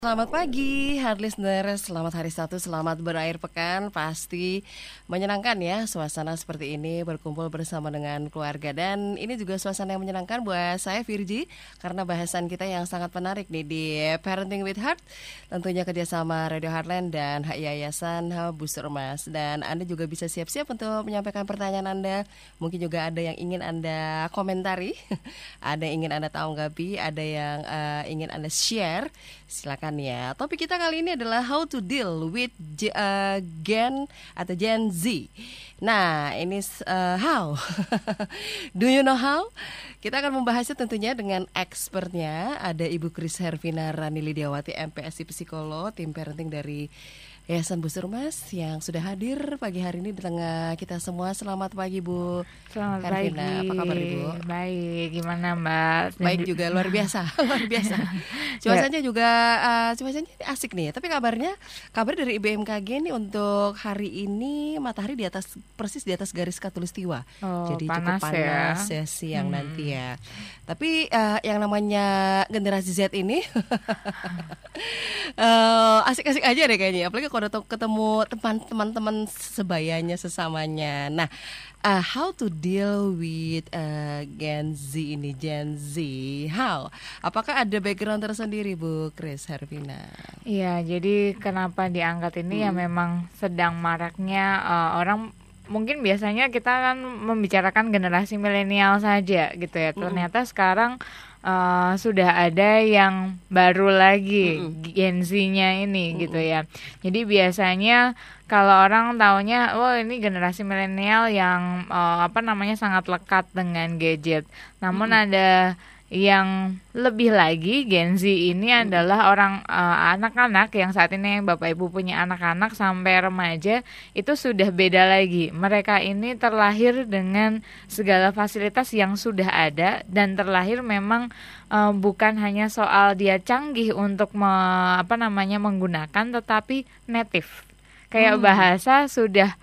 Selamat pagi, hard listener. Selamat hari Sabtu, selamat berakhir pekan. Pasti menyenangkan ya suasana seperti ini, berkumpul bersama dengan keluarga. Dan ini juga suasana yang menyenangkan buat saya, Virgi, karena bahasan kita yang sangat menarik nih di Parenting with Heart. Tentunya kerjasama Radio Heartland dan HI Yayasan Busur Emas. Dan Anda juga bisa siap-siap untuk menyampaikan pertanyaan Anda. Mungkin juga ada yang ingin Anda komentari, ada yang ingin Anda tanggapi, ada yang ingin Anda share. Silakan ya. Topik kita kali ini adalah how to deal with Gen atau Gen Z. Nah, ini how? Do you know how? Kita akan membahasnya tentunya dengan expertnya. Ada Ibu Kris Hervina Rani Lidiawati, MPSI Psikolog, tim parenting dari Yayasan Busur Emas yang sudah hadir pagi hari ini di tengah kita semua. Selamat pagi Bu. Selamat Hervina, pagi. apa kabar Ibu? Baik, gimana Mbak? Baik juga, luar biasa, luar biasa. Cuacanya juga cuacanya asik nih. Tapi kabar dari BMKG nih untuk hari ini matahari di atas, persis di atas garis khatulistiwa. Jadi panas cukup panas ya siang nanti ya. Tapi yang namanya generasi Z ini asik-asik aja deh kayaknya. Apalagi kalau ketemu teman-teman sebayanya, sesamanya. Nah, how to deal with Gen Z ini, Gen Z? How? Apakah ada background tersendiri Bu Kris Hervina? Iya, jadi kenapa diangkat ini ya memang sedang maraknya orang. Mungkin biasanya kita kan membicarakan generasi milenial saja gitu ya. Ternyata sekarang sudah ada yang baru lagi Gen Z-nya ini gitu ya. Jadi biasanya kalau orang taunya, ini generasi milenial yang sangat lekat dengan gadget. Namun ada yang lebih lagi, Gen Z ini adalah orang anak-anak yang saat ini Bapak Ibu punya anak-anak sampai remaja, itu sudah beda lagi. Mereka ini terlahir dengan segala fasilitas yang sudah ada dan terlahir memang bukan hanya soal dia canggih untuk menggunakan, tetapi native. Kayak bahasa sudah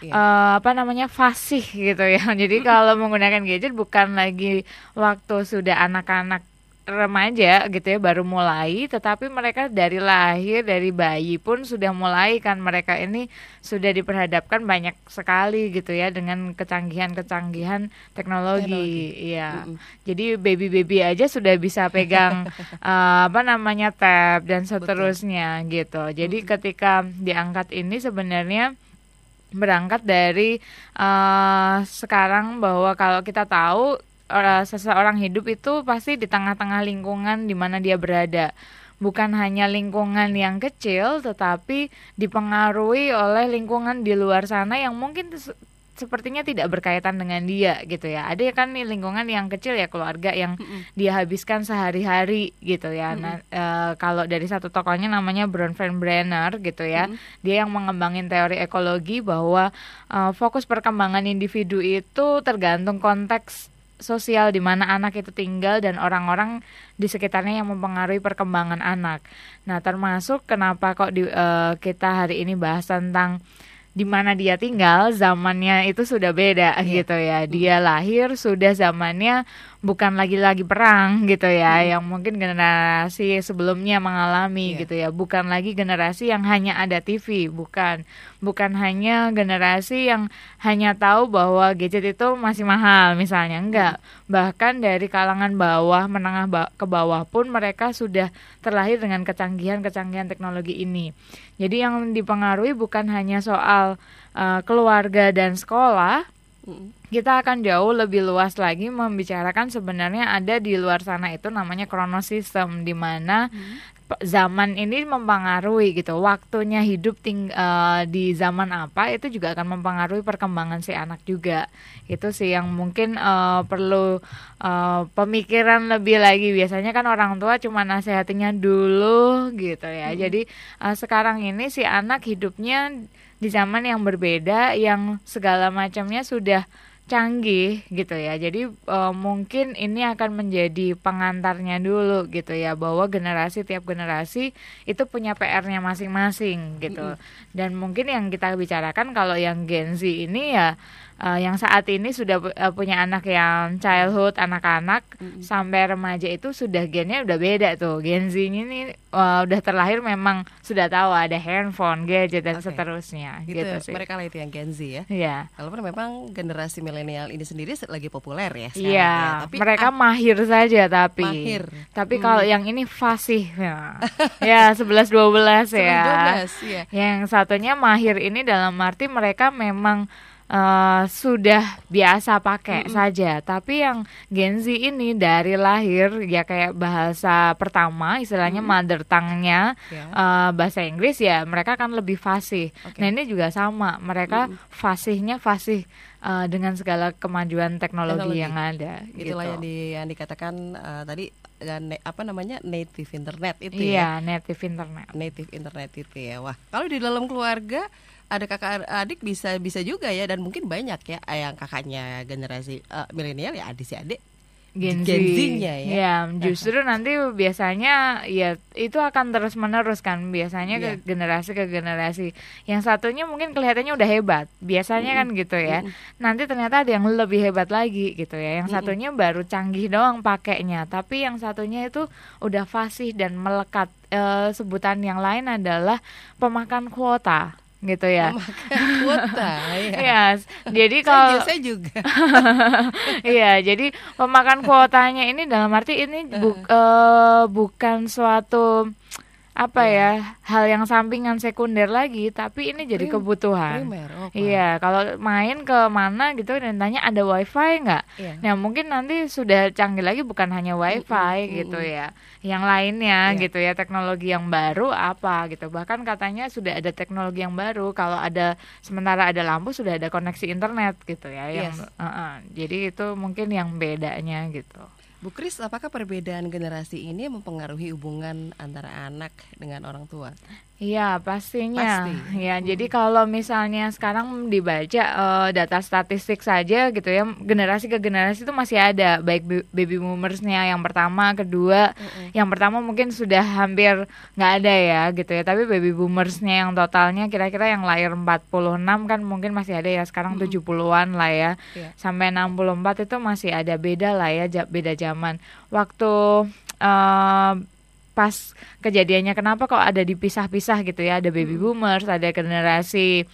fasih gitu ya. Jadi kalau menggunakan gadget bukan lagi waktu sudah anak-anak remaja gitu ya baru mulai, tetapi mereka dari lahir, dari bayi pun sudah mulai kan, mereka ini sudah diperhadapkan banyak sekali gitu ya dengan kecanggihan teknologi. Iya. Jadi baby aja sudah bisa pegang tab dan seterusnya gitu. Jadi ketika diangkat ini sebenarnya berangkat dari sekarang bahwa kalau kita tahu seseorang hidup itu pasti di tengah-tengah lingkungan di mana dia berada. Bukan hanya lingkungan yang kecil, tetapi dipengaruhi oleh lingkungan di luar sana yang mungkin sepertinya tidak berkaitan dengan dia gitu ya. Ada kan nih lingkungan yang kecil ya, keluarga yang dia habiskan sehari-hari gitu ya. Nah, kalau dari satu tokohnya namanya Bronfeld Brenner gitu ya. Dia yang mengembangin teori ekologi bahwa fokus perkembangan individu itu tergantung konteks sosial di mana anak itu tinggal dan orang-orang di sekitarnya yang mempengaruhi perkembangan anak. Nah, termasuk kenapa kok kita hari ini bahas tentang di mana dia tinggal, zamannya itu sudah beda gitu ya. Dia lahir sudah zamannya bukan lagi perang gitu ya, yang mungkin generasi sebelumnya mengalami gitu ya. Bukan lagi generasi yang hanya ada TV, bukan hanya generasi yang hanya tahu bahwa gadget itu masih mahal misalnya, enggak. Bahkan dari kalangan bawah, menengah ke bawah pun mereka sudah terlahir dengan kecanggihan teknologi ini. Jadi yang dipengaruhi bukan hanya soal keluarga dan sekolah, kita akan jauh lebih luas lagi membicarakan sebenarnya ada di luar sana itu namanya kronosistem, di mana zaman ini mempengaruhi gitu, waktunya hidup di zaman apa itu juga akan mempengaruhi perkembangan si anak juga. Itu sih yang mungkin perlu pemikiran lebih lagi. Biasanya kan orang tua cuma nasihatinya dulu gitu ya. Jadi sekarang ini si anak hidupnya di zaman yang berbeda, yang segala macamnya sudah canggih gitu ya. Jadi mungkin ini akan menjadi pengantarnya dulu gitu ya, bahwa tiap generasi itu punya PR-nya masing-masing gitu. Dan mungkin yang kita bicarakan kalau yang Gen Z ini ya yang saat ini sudah punya anak yang childhood, anak-anak sampai remaja itu sudah gennya udah beda tuh. Gen Z ini udah terlahir memang sudah tahu ada handphone, gadget dan seterusnya gitu sih. Mereka lah itu yang Gen Z ya. Iya. Walaupun memang generasi milenial ini sendiri lagi populer ya sekarang iya, ya. Tapi mereka mahir saja tapi. Mahir. Tapi kalau yang ini fasih ya 11 12 ya. 11 ya. Yang satunya mahir ini dalam arti mereka memang sudah biasa pakai saja. Tapi yang Gen Z ini dari lahir ya kayak bahasa pertama istilahnya mother tongue-nya bahasa Inggris ya mereka kan lebih fasih. Nah ini juga sama, mereka fasihnya fasih dengan segala kemajuan teknologi yang ada. Itulah gitu. yang dikatakan tadi native internet itu ya. Iya, native internet. Native internet itu ya. Wah, kalau di dalam keluarga ada kakak adik bisa juga ya, dan mungkin banyak ya yang kakaknya generasi milenial ya adik si adik Gen Z-nya ya. Ya, justru nanti biasanya ya itu akan terus menerus kan biasanya ke generasi. Yang satunya mungkin kelihatannya udah hebat. Biasanya kan gitu ya. Nanti ternyata ada yang lebih hebat lagi gitu ya. Yang satunya baru canggih doang pakainya, tapi yang satunya itu udah fasih dan melekat. Sebutan yang lain adalah pemakan kuota gitu ya. Pemakan kuota ya. Yes, jadi kalau saya juga. Iya, jadi pemakan kuotanya ini dalam arti ini bukan suatu hal yang sampingan sekunder lagi, tapi ini jadi kebutuhan. Primer, iya, kalau main ke mana gitu dan tanya ada wifi nggak? Nah mungkin nanti sudah canggih lagi bukan hanya wifi gitu ya, yang lainnya gitu ya, teknologi yang baru apa gitu. Bahkan katanya sudah ada teknologi yang baru kalau sementara ada lampu sudah ada koneksi internet gitu ya. Jadi itu mungkin yang bedanya gitu. Bu Kris, apakah perbedaan generasi ini mempengaruhi hubungan antara anak dengan orang tua? Iya, pastinya. Ya, jadi kalau misalnya sekarang dibaca data statistik saja gitu ya, generasi ke generasi itu masih ada, baik baby boomersnya yang pertama, kedua. Yang pertama mungkin sudah hampir nggak ada ya gitu ya, tapi baby boomersnya yang totalnya kira-kira yang lahir 46 kan mungkin masih ada ya, sekarang 70-an lah ya. Sampai 64 itu masih ada, beda lah ya, beda zaman. Waktu pas kejadiannya kenapa kok ada dipisah-pisah gitu ya, ada baby boomers, ada generasi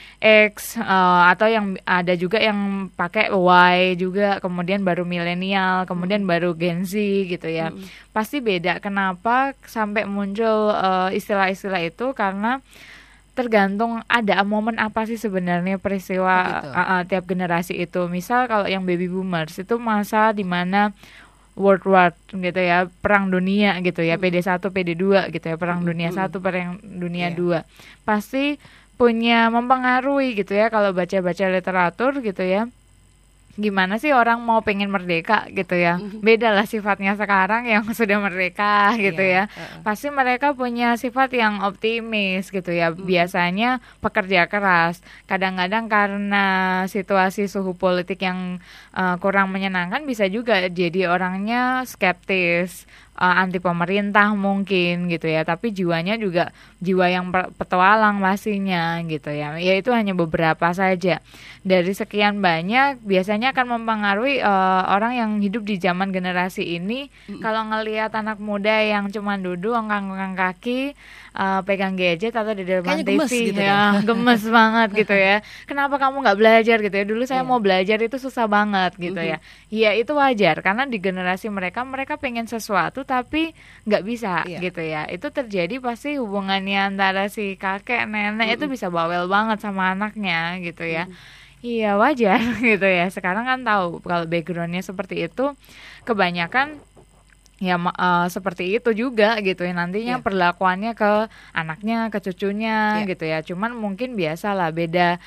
X, atau yang ada juga yang pakai Y juga, kemudian baru milenial, kemudian baru Gen Z gitu ya. Pasti beda. Kenapa sampai muncul istilah-istilah itu? Karena tergantung ada momen apa sih sebenarnya peristiwa tiap generasi itu. Misal kalau yang baby boomers itu masa dimana World War gitu ya, perang dunia gitu ya, PD1, PD2 gitu ya, perang dunia 1, perang dunia 2. Pasti punya mempengaruhi gitu ya kalau baca-baca literatur gitu ya. Gimana sih orang mau pengen merdeka gitu ya, beda lah sifatnya sekarang yang sudah merdeka gitu ya. Pasti mereka punya sifat yang optimis gitu ya, biasanya pekerja keras. Kadang-kadang karena situasi suhu politik yang kurang menyenangkan bisa juga jadi orangnya skeptis, anti pemerintah mungkin gitu ya, tapi jiwanya juga jiwa yang petualang pastinya gitu ya. Ya itu hanya beberapa saja dari sekian banyak, biasanya akan mempengaruhi orang yang hidup di zaman generasi ini. Kalau ngelihat anak muda yang cuma duduk angkat kaki, pegang gadget atau di depan TV, gemes gitu ya, gemes banget gitu ya. Kenapa kamu nggak belajar gitu ya? Dulu saya mau belajar itu susah banget gitu ya. Ya itu wajar karena di generasi mereka pengen sesuatu tapi nggak bisa gitu ya. Itu terjadi pasti hubungannya antara si kakek nenek itu bisa bawel banget sama anaknya gitu ya. Iya wajar gitu ya. Sekarang kan tahu kalau backgroundnya seperti itu, kebanyakan ya seperti itu juga gitu ya nantinya perlakuannya ke anaknya, ke cucunya gitu ya. Cuman mungkin biasalah beda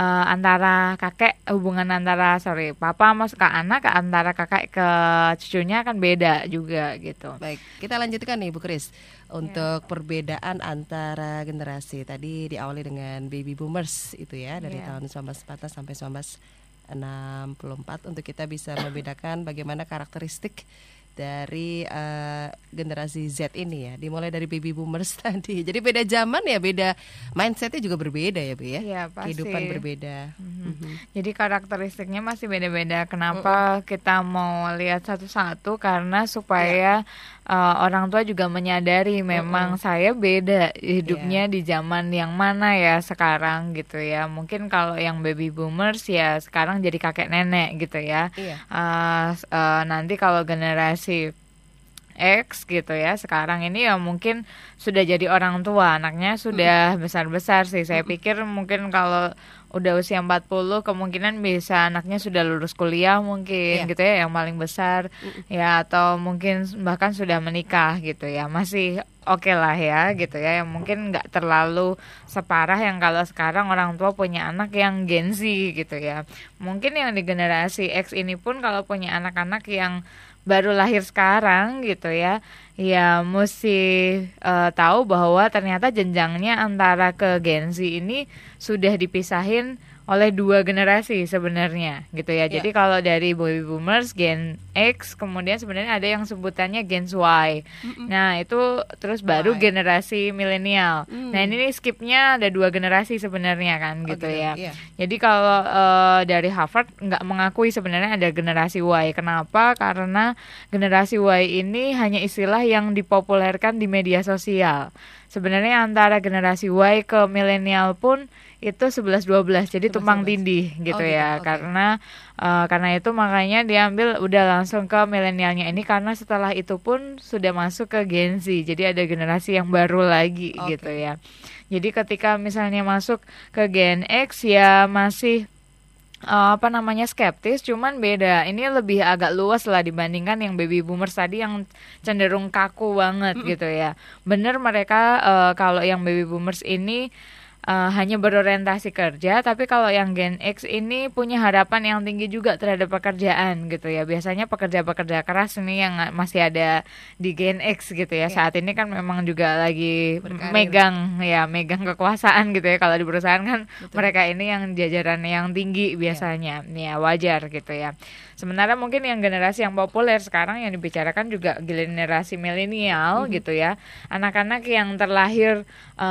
antara kakek, hubungan antara papa sama ke anak, antara kakek ke cucunya kan beda juga gitu. Baik, kita lanjutkan nih Bu Kris untuk perbedaan antara generasi. Tadi diawali dengan baby boomers itu ya, dari tahun 1940 sampai 1964 untuk kita bisa membedakan bagaimana karakteristik dari generasi Z ini ya, dimulai dari baby boomers tadi. Jadi beda zaman ya, beda mindsetnya juga berbeda ya Bu ya. Iya, pasti. Kehidupan berbeda. Jadi karakteristiknya masih beda-beda. Kenapa kita mau lihat satu-satu? Karena supaya orang tua juga menyadari memang saya beda hidupnya di zaman yang mana ya sekarang gitu ya. Mungkin kalau yang baby boomers ya sekarang jadi kakek nenek gitu ya. Nanti kalau generasi X gitu ya sekarang ini ya mungkin sudah jadi orang tua, anaknya sudah besar-besar sih. Saya pikir mungkin kalau udah usia 40 kemungkinan bisa anaknya sudah lulus kuliah mungkin gitu ya, yang paling besar ya, atau mungkin bahkan sudah menikah gitu ya. Masih oke lah ya gitu ya, yang mungkin nggak terlalu separah yang kalau sekarang orang tua punya anak yang Gen Z gitu ya. Mungkin yang di generasi X ini pun kalau punya anak-anak yang baru lahir sekarang gitu ya, ya mesti tahu bahwa ternyata jenjangnya antara ke Gen Z ini sudah dipisahin oleh dua generasi sebenarnya gitu ya. Jadi kalau dari baby boomers, Gen X, kemudian sebenarnya ada yang sebutannya Gen Y. Nah itu terus baru generasi milenial. Nah ini skipnya ada dua generasi sebenarnya kan gitu ya. Jadi kalau dari Harvard nggak mengakui sebenarnya ada generasi Y. Kenapa? Karena generasi Y ini hanya istilah yang dipopulerkan di media sosial. Sebenarnya antara generasi Y ke milenial pun itu 11-12, jadi tumpang tindih gitu ya. Karena itu makanya diambil udah langsung ke milenialnya ini, karena setelah itu pun sudah masuk ke Gen Z. Jadi ada generasi yang baru lagi gitu ya. Jadi ketika misalnya masuk ke Gen X ya masih skeptis, cuman beda. Ini lebih agak luas lah dibandingkan yang baby boomers tadi yang cenderung kaku banget gitu ya. Bener mereka kalau yang baby boomers ini hanya berorientasi kerja, tapi kalau yang Gen X ini punya harapan yang tinggi juga terhadap pekerjaan gitu ya. Biasanya pekerja-pekerja keras ini yang masih ada di Gen X gitu ya. Saat ini kan memang juga lagi megang kekuasaan gitu ya. Kalau di perusahaan kan mereka ini yang jajaran yang tinggi biasanya. Ya wajar gitu ya. Sementara mungkin yang generasi yang populer sekarang yang dibicarakan juga generasi milenial gitu ya. Anak-anak yang terlahir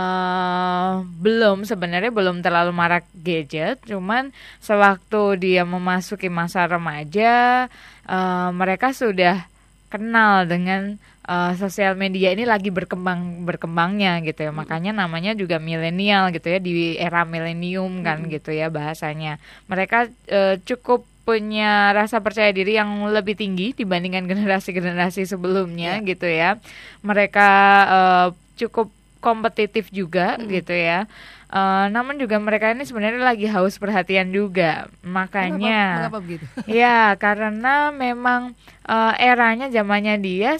sebenarnya belum terlalu marak gadget, cuman sewaktu dia memasuki masa remaja, mereka sudah kenal dengan sosial media ini lagi berkembangnya gitu ya. Makanya namanya juga milenial gitu ya, di era milenium kan gitu ya bahasanya. Mereka cukup punya rasa percaya diri yang lebih tinggi dibandingkan generasi-generasi sebelumnya gitu ya. Mereka cukup kompetitif juga gitu ya. Namun juga mereka ini sebenarnya lagi haus perhatian juga. Makanya Kenapa begitu? Ya karena memang eranya zamannya dia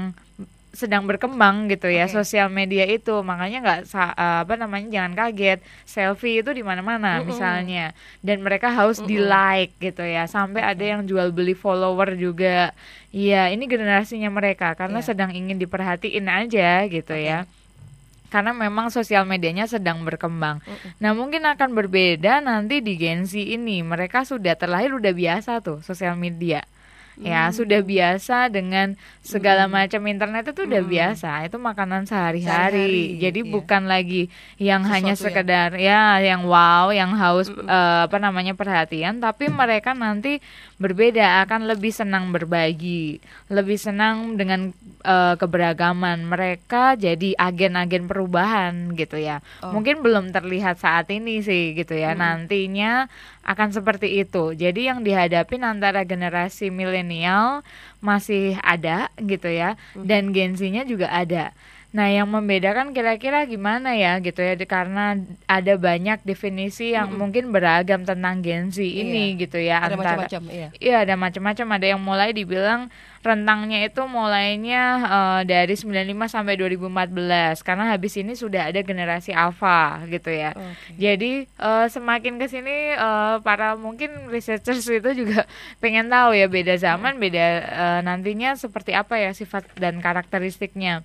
sedang berkembang gitu ya, sosial media itu. Makanya jangan kaget, selfie itu di mana-mana misalnya, dan mereka haus di like gitu ya, sampai ada yang jual beli follower juga. Iya, ini generasinya mereka karena sedang ingin diperhatiin aja gitu ya. Karena memang sosial medianya sedang berkembang. Nah mungkin akan berbeda nanti di Gen Z ini. Mereka sudah terlahir udah biasa tuh sosial media. Ya sudah biasa dengan segala macam internet, itu udah biasa, itu makanan sehari-hari. Jadi bukan lagi yang sesuatu hanya sekedar yang wow, yang haus perhatian, tapi mereka nanti berbeda, akan lebih senang berbagi, lebih senang dengan keberagaman. Mereka jadi agen-agen perubahan gitu ya. Mungkin belum terlihat saat ini sih gitu ya. Nantinya akan seperti itu. Jadi yang dihadapin antara generasi milenial masih ada gitu ya, dan Gen Z-nya juga ada. Nah, yang membedakan kira-kira gimana ya gitu ya, karena ada banyak definisi yang mungkin beragam tentang Gen Z ini gitu ya. Ada macam-macam, ada macam-macam. Ada yang mulai dibilang rentangnya itu mulainya dari 95 sampai 2014, karena habis ini sudah ada generasi alpha gitu ya. Jadi semakin kesini para mungkin researchers itu juga pengen tahu ya, beda zaman, beda nantinya seperti apa ya sifat dan karakteristiknya.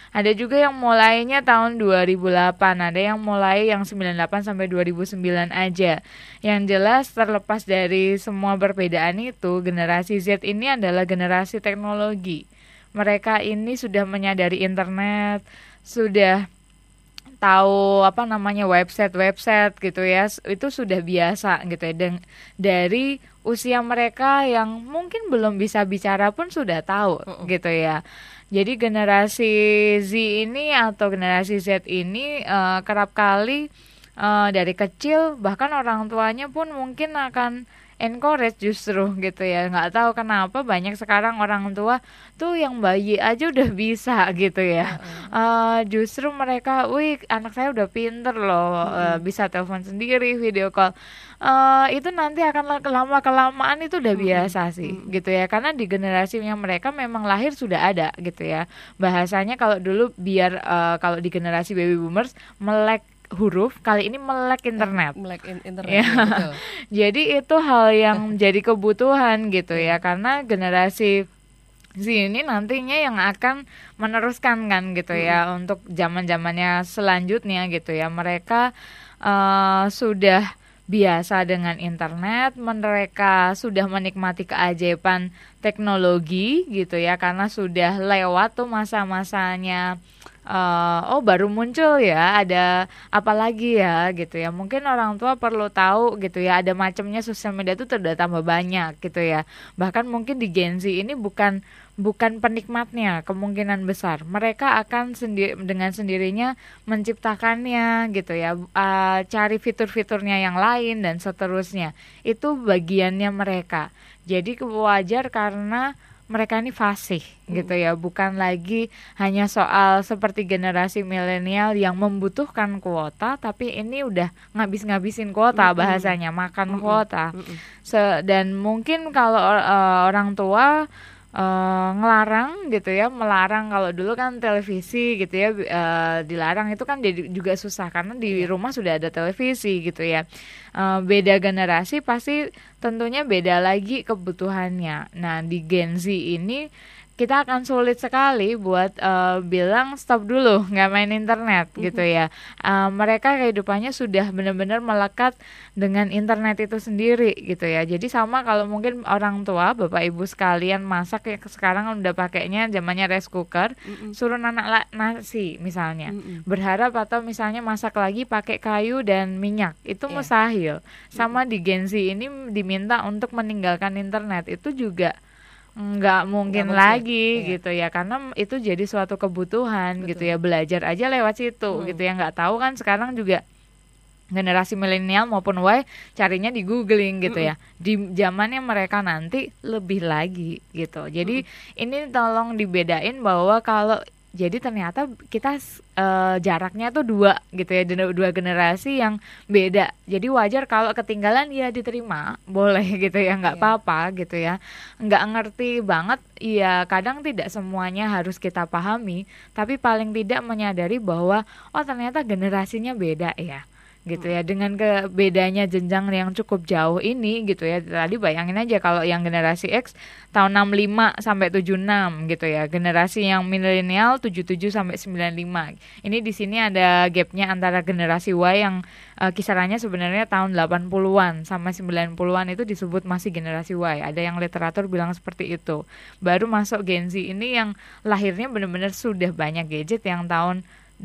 Ada juga yang mulainya tahun 2008, ada yang mulai yang 98 sampai 2009 aja. Yang jelas terlepas dari semua perbedaan itu, generasi Z ini adalah generasi teknologi. Mereka ini sudah menyadari internet, sudah tahu apa namanya website gitu ya, itu sudah biasa gitu ya. Dan dari usia mereka yang mungkin belum bisa bicara pun sudah tahu gitu ya. Jadi generasi Z ini atau generasi Z ini kerap kali dari kecil bahkan orang tuanya pun mungkin akan encourage justru gitu ya. Nggak tahu kenapa banyak sekarang orang tua tuh yang bayi aja udah bisa gitu ya. Justru mereka, wih anak saya udah pinter loh, bisa telepon sendiri, video call. Itu nanti akan lama kelamaan itu udah biasa sih gitu ya, karena di generasinya mereka memang lahir sudah ada gitu ya. Bahasanya kalau dulu biar kalau di generasi baby boomers melek huruf, kali ini melek internet. Internet. Ya. Betul. Jadi itu hal yang menjadi kebutuhan gitu ya, karena generasi Z ini nantinya yang akan meneruskan kan gitu ya untuk zaman-zamannya selanjutnya gitu ya. Mereka sudah biasa dengan internet, mereka sudah menikmati keajaiban teknologi gitu ya, karena sudah lewat tuh masa-masanya oh baru muncul ya, ada apa lagi ya gitu ya. Mungkin orang tua perlu tahu gitu ya, ada macamnya sosial media itu sudah tambah banyak gitu ya. Bahkan mungkin di Gen Z ini bukan penikmatnya, kemungkinan besar mereka akan dengan sendirinya menciptakannya gitu ya, cari fitur-fiturnya yang lain dan seterusnya. Itu bagiannya mereka. Jadi wajar karena mereka ini fasih gitu ya, bukan lagi hanya soal seperti generasi milenial yang membutuhkan kuota, tapi ini udah ngabis-ngabisin kuota, bahasanya makan kuota. Dan mungkin kalau orang tua ngelarang gitu ya, melarang, kalau dulu kan televisi gitu ya, dilarang, itu kan jadi juga susah karena di rumah sudah ada televisi gitu ya. Beda generasi pasti tentunya beda lagi kebutuhannya. Nah di Gen Z ini kita akan sulit sekali buat bilang stop dulu nggak main internet gitu ya. Mereka kehidupannya sudah benar-benar melekat dengan internet itu sendiri gitu ya. Jadi sama kalau mungkin orang tua, bapak ibu sekalian masak ya, sekarang udah pakainya zamannya rice cooker, suruh anak nasi misalnya, berharap atau misalnya masak lagi pakai kayu dan minyak, itu mustahil. Sama di Gen Z ini diminta untuk meninggalkan internet, itu juga nggak mungkin lagi gitu ya, karena itu jadi suatu kebutuhan. Betul. Gitu ya, belajar aja lewat situ gitu ya. Nggak tahu kan sekarang juga generasi milenial maupun Y carinya di googling gitu ya. Di zamannya mereka nanti lebih lagi gitu. Jadi ini tolong dibedain bahwa kalau jadi ternyata kita jaraknya tuh dua gitu ya, dua generasi yang beda. Jadi wajar kalau ketinggalan ya diterima, boleh gitu ya, nggak apa-apa gitu ya. Nggak ngerti banget, ya kadang tidak semuanya harus kita pahami, tapi paling tidak menyadari bahwa oh ternyata generasinya beda ya. Gitu ya, dengan bedanya jenjang yang cukup jauh ini gitu ya. Tadi bayangin aja kalau yang generasi X tahun 65 sampai 76 gitu ya. Generasi yang milenial 77 sampai 95. Ini di sini ada gapnya antara generasi Y yang kisarannya sebenarnya tahun 80-an sampai 90-an itu disebut masih generasi Y. Ada yang literatur bilang seperti itu. Baru masuk Gen Z ini yang lahirnya benar-benar sudah banyak gadget yang tahun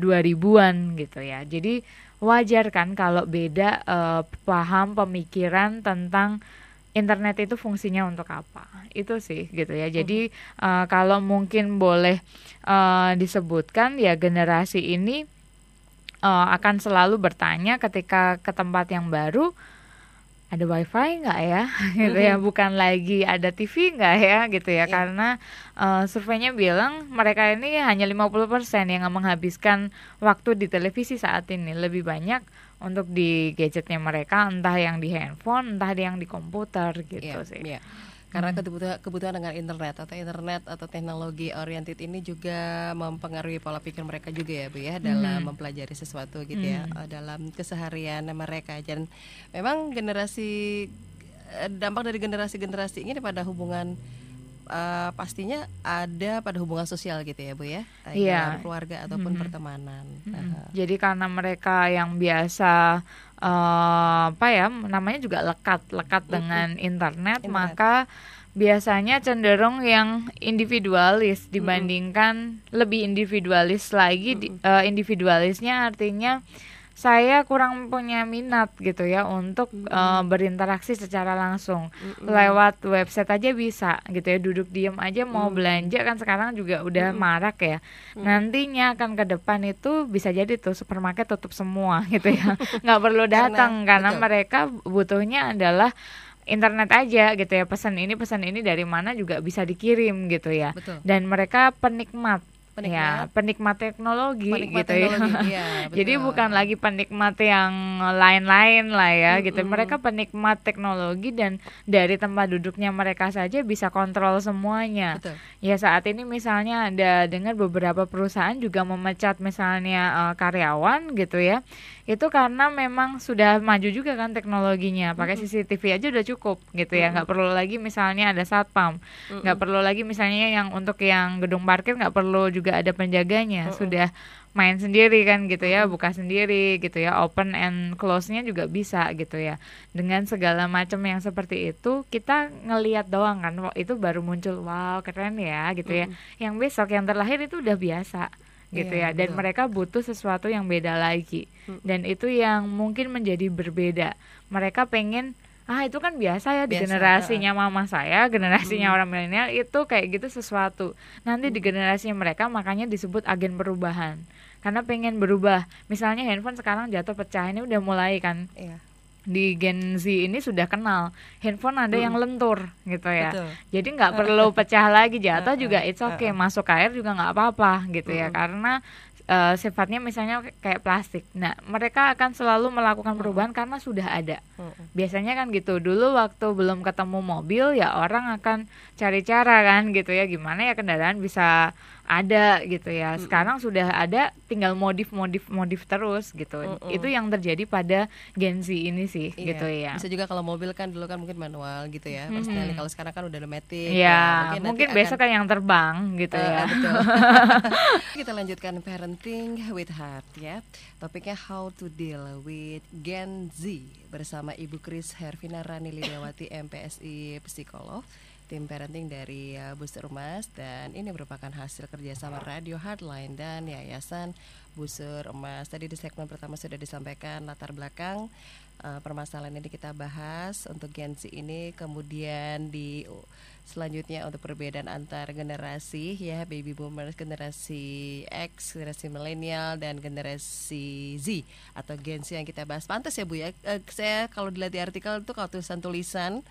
2000-an gitu ya. Jadi wajar kan kalau beda paham pemikiran tentang internet itu fungsinya untuk apa, itu sih gitu ya. Jadi kalau mungkin boleh disebutkan ya, generasi ini akan selalu bertanya ketika ke tempat yang baru, ada wifi nggak ya gitu ya, bukan lagi ada TV nggak ya gitu ya. Karena surveinya bilang mereka ini hanya 50% yang menghabiskan waktu di televisi saat ini, lebih banyak untuk di gadgetnya mereka, entah yang di handphone, entah yang di komputer gitu sih. Karena kebutuhan dengan internet atau teknologi oriented ini juga mempengaruhi pola pikir mereka juga ya Bu ya, dalam mempelajari sesuatu gitu ya, dalam keseharian mereka. Dan memang dampak dari generasi-generasi ini pada hubungan pastinya ada pada hubungan sosial gitu ya Bu ya, Iya. dalam keluarga ataupun pertemanan. Jadi karena mereka yang biasa apa ya namanya juga lekat dengan internet, maka biasanya cenderung yang individualis dibandingkan lebih individualis lagi. Individualisnya artinya saya kurang punya minat gitu ya untuk berinteraksi secara langsung. Lewat website aja bisa gitu ya, duduk diem aja mau belanja kan sekarang juga udah marak ya. Nantinya akan ke depan itu bisa jadi tuh supermarket tutup semua gitu ya, nggak perlu datang karena mereka butuhnya adalah internet aja gitu ya, pesan ini dari mana juga bisa dikirim gitu ya. Dan mereka penikmat teknologi gitu ya. Iya, jadi bukan lagi penikmat yang lain-lain lah ya gitu. Mereka penikmat teknologi dan dari tempat duduknya mereka saja bisa kontrol semuanya. Ya saat ini misalnya ada dengar beberapa perusahaan juga memecat misalnya karyawan gitu ya. Itu karena memang sudah maju juga kan teknologinya, pakai CCTV aja udah cukup gitu ya, nggak perlu lagi misalnya ada satpam, nggak perlu lagi misalnya yang untuk yang gedung parkir nggak perlu juga ada penjaganya, sudah main sendiri kan gitu ya, buka sendiri gitu ya, open and close-nya juga bisa gitu ya. Dengan segala macam yang seperti itu, kita ngelihat doang kan, itu baru muncul, wow keren ya gitu ya. Yang besok yang terlahir itu udah biasa gitu ya, dan mereka butuh sesuatu yang beda lagi, dan itu yang mungkin menjadi berbeda. Mereka pengen itu kan biasa ya di generasinya mama saya, generasinya orang milenial itu kayak gitu sesuatu. Nanti di generasinya mereka makanya disebut agen perubahan, karena pengen berubah. Misalnya handphone sekarang jatuh pecah, ini udah mulai kan. Di Gen Z ini sudah kenal handphone ada yang lentur gitu ya. Jadi nggak perlu pecah lagi, jatuh juga it's okay, masuk air juga nggak apa-apa gitu ya, karena sifatnya misalnya kayak plastik. Nah mereka akan selalu melakukan perubahan karena sudah ada. Biasanya kan gitu, dulu waktu belum ketemu mobil ya orang akan cari cara kan gitu ya, gimana ya kendaraan bisa ada gitu ya. Sekarang sudah ada, tinggal modif terus gitu. Itu yang terjadi pada Gen Z ini sih gitu ya. Bisa juga kalau mobil kan dulu kan mungkin manual gitu ya. Kalau sekarang kan udah automatic. Ya, mungkin besok kan yang terbang gitu ya. Betul. Kita lanjutkan parenting with heart ya. Topiknya how to deal with Gen Z bersama Ibu Kris Hervina Rani Lidiawati MPSI psikolog, tim parenting dari Busur Emas, dan ini merupakan hasil kerjasama Radio Hardline dan Yayasan Busur Emas. Tadi di segmen pertama sudah disampaikan latar belakang permasalahan ini kita bahas untuk Gen Z ini, kemudian di selanjutnya untuk perbedaan antar generasi ya, baby boomers, generasi X, generasi milenial, dan generasi Z atau Gen Z yang kita bahas. Pantas ya Bu ya, saya kalau dilihat di artikel itu kalau tulisan